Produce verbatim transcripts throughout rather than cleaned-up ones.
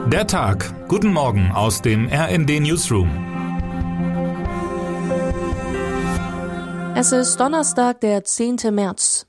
Der Tag. Guten Morgen aus dem R N D Newsroom. Es ist Donnerstag, der zehnte März.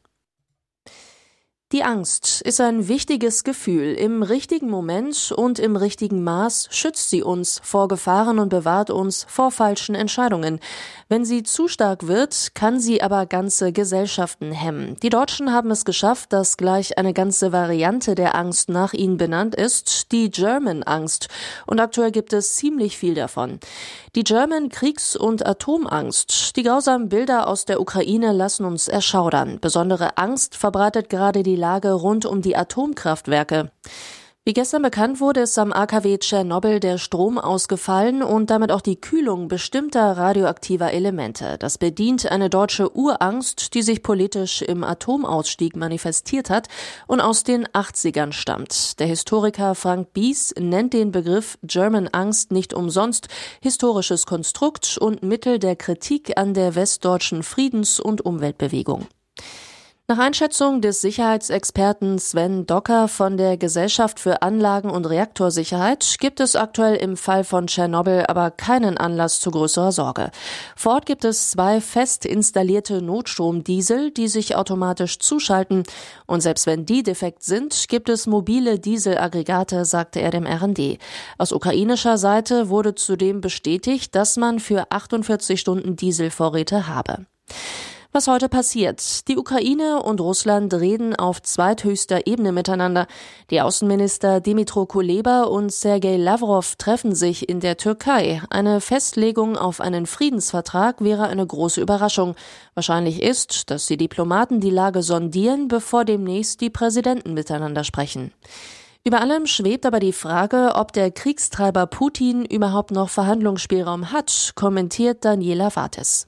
Die Angst ist ein wichtiges Gefühl. Im richtigen Moment und im richtigen Maß schützt sie uns vor Gefahren und bewahrt uns vor falschen Entscheidungen. Wenn sie zu stark wird, kann sie aber ganze Gesellschaften hemmen. Die Deutschen haben es geschafft, dass gleich eine ganze Variante der Angst nach ihnen benannt ist, die German-Angst. Und aktuell gibt es ziemlich viel davon. Die German-Kriegs- und Atomangst. Die grausamen Bilder aus der Ukraine lassen uns erschaudern. Besondere Angst verbreitet gerade die Lage rund um die Atomkraftwerke. Wie gestern bekannt wurde, ist am A K W Tschernobyl der Strom ausgefallen und damit auch die Kühlung bestimmter radioaktiver Elemente. Das bedient eine deutsche Urangst, die sich politisch im Atomausstieg manifestiert hat und aus den achtzigern stammt. Der Historiker Frank Bies nennt den Begriff German Angst nicht umsonst historisches Konstrukt und Mittel der Kritik an der westdeutschen Friedens- und Umweltbewegung. Nach Einschätzung des Sicherheitsexperten Sven Docker von der Gesellschaft für Anlagen- und Reaktorsicherheit gibt es aktuell im Fall von Tschernobyl aber keinen Anlass zu größerer Sorge. Vor Ort gibt es zwei fest installierte Notstromdiesel, die sich automatisch zuschalten. Und selbst wenn die defekt sind, gibt es mobile Dieselaggregate, sagte er dem R N D. Aus ukrainischer Seite wurde zudem bestätigt, dass man für achtundvierzig Stunden Dieselvorräte habe. Was heute passiert? Die Ukraine und Russland reden auf zweithöchster Ebene miteinander. Die Außenminister Dmytro Kuleba und Sergei Lavrov treffen sich in der Türkei. Eine Festlegung auf einen Friedensvertrag wäre eine große Überraschung. Wahrscheinlich ist, dass die Diplomaten die Lage sondieren, bevor demnächst die Präsidenten miteinander sprechen. Über allem schwebt aber die Frage, ob der Kriegstreiber Putin überhaupt noch Verhandlungsspielraum hat, kommentiert Daniela Vates.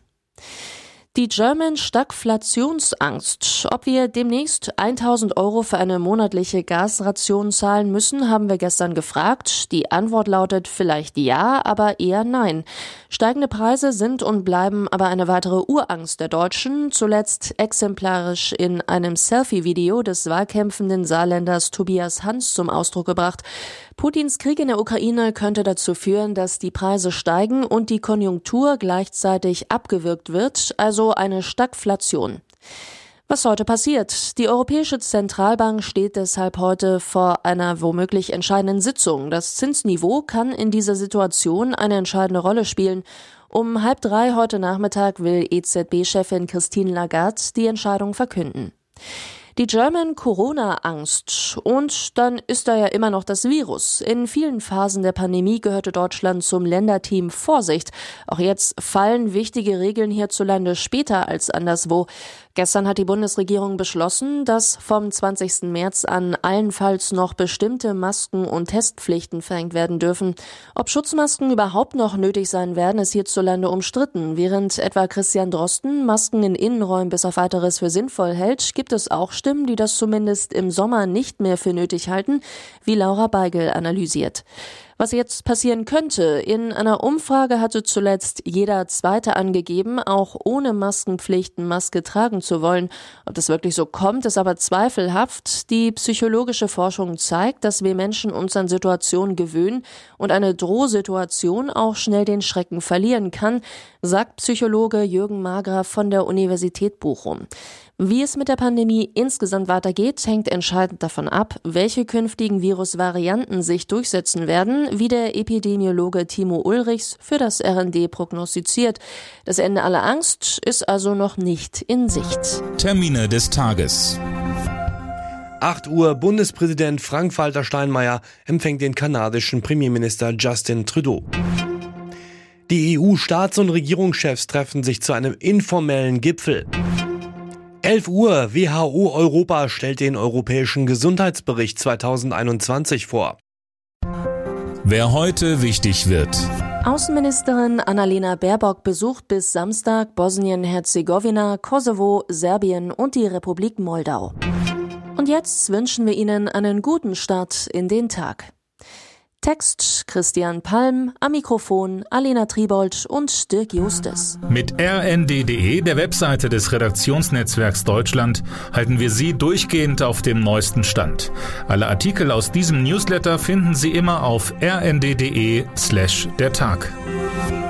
Die German Stagflationsangst. Ob wir demnächst tausend Euro für eine monatliche Gasration zahlen müssen, haben wir gestern gefragt. Die Antwort lautet vielleicht ja, aber eher nein. Steigende Preise sind und bleiben aber eine weitere Urangst der Deutschen, zuletzt exemplarisch in einem Selfie-Video des wahlkämpfenden Saarländers Tobias Hans zum Ausdruck gebracht. Putins Krieg in der Ukraine könnte dazu führen, dass die Preise steigen und die Konjunktur gleichzeitig abgewürgt wird, also eine Stagflation. Was heute passiert? Die Europäische Zentralbank steht deshalb heute vor einer womöglich entscheidenden Sitzung. Das Zinsniveau kann in dieser Situation eine entscheidende Rolle spielen. Um halb drei heute Nachmittag will E Z B-Chefin Christine Lagarde die Entscheidung verkünden. Die German Corona-Angst. Und dann ist da ja immer noch das Virus. In vielen Phasen der Pandemie gehörte Deutschland zum Länderteam Vorsicht. Auch jetzt fallen wichtige Regeln hierzulande später als anderswo. Gestern hat die Bundesregierung beschlossen, dass vom zwanzigsten März an allenfalls noch bestimmte Masken- und Testpflichten verhängt werden dürfen. Ob Schutzmasken überhaupt noch nötig sein werden, ist hierzulande umstritten. Während etwa Christian Drosten Masken in Innenräumen bis auf weiteres für sinnvoll hält, gibt es auch Stimmen, die das zumindest im Sommer nicht mehr für nötig halten, wie Laura Beigel analysiert. Was jetzt passieren könnte, in einer Umfrage hatte zuletzt jeder Zweite angegeben, auch ohne Maskenpflichten Maske tragen zu wollen. Ob das wirklich so kommt, ist aber zweifelhaft. Die psychologische Forschung zeigt, dass wir Menschen uns an Situationen gewöhnen und eine Drohsituation auch schnell den Schrecken verlieren kann, sagt Psychologe Jürgen Margraf von der Universität Bochum. Wie es mit der Pandemie insgesamt weitergeht, hängt entscheidend davon ab, welche künftigen Virusvarianten sich durchsetzen werden, wie der Epidemiologe Timo Ulrichs für das R N D prognostiziert. Das Ende aller Angst ist also noch nicht in Sicht. Termine des Tages. acht Uhr, Bundespräsident Frank-Walter Steinmeier empfängt den kanadischen Premierminister Justin Trudeau. Die E U-Staats- und Regierungschefs treffen sich zu einem informellen Gipfel. elf Uhr, W H O Europa stellt den Europäischen Gesundheitsbericht zweitausendeinundzwanzig vor. Wer heute wichtig wird. Außenministerin Annalena Baerbock besucht bis Samstag Bosnien-Herzegowina, Kosovo, Serbien und die Republik Moldau. Und jetzt wünschen wir Ihnen einen guten Start in den Tag. Text Christian Palm, am Mikrofon Alena Tribold und Dirk Justes. Mit r n d punkt d e, der Webseite des Redaktionsnetzwerks Deutschland, halten wir Sie durchgehend auf dem neuesten Stand. Alle Artikel aus diesem Newsletter finden Sie immer auf r n d punkt d e slash der Tag.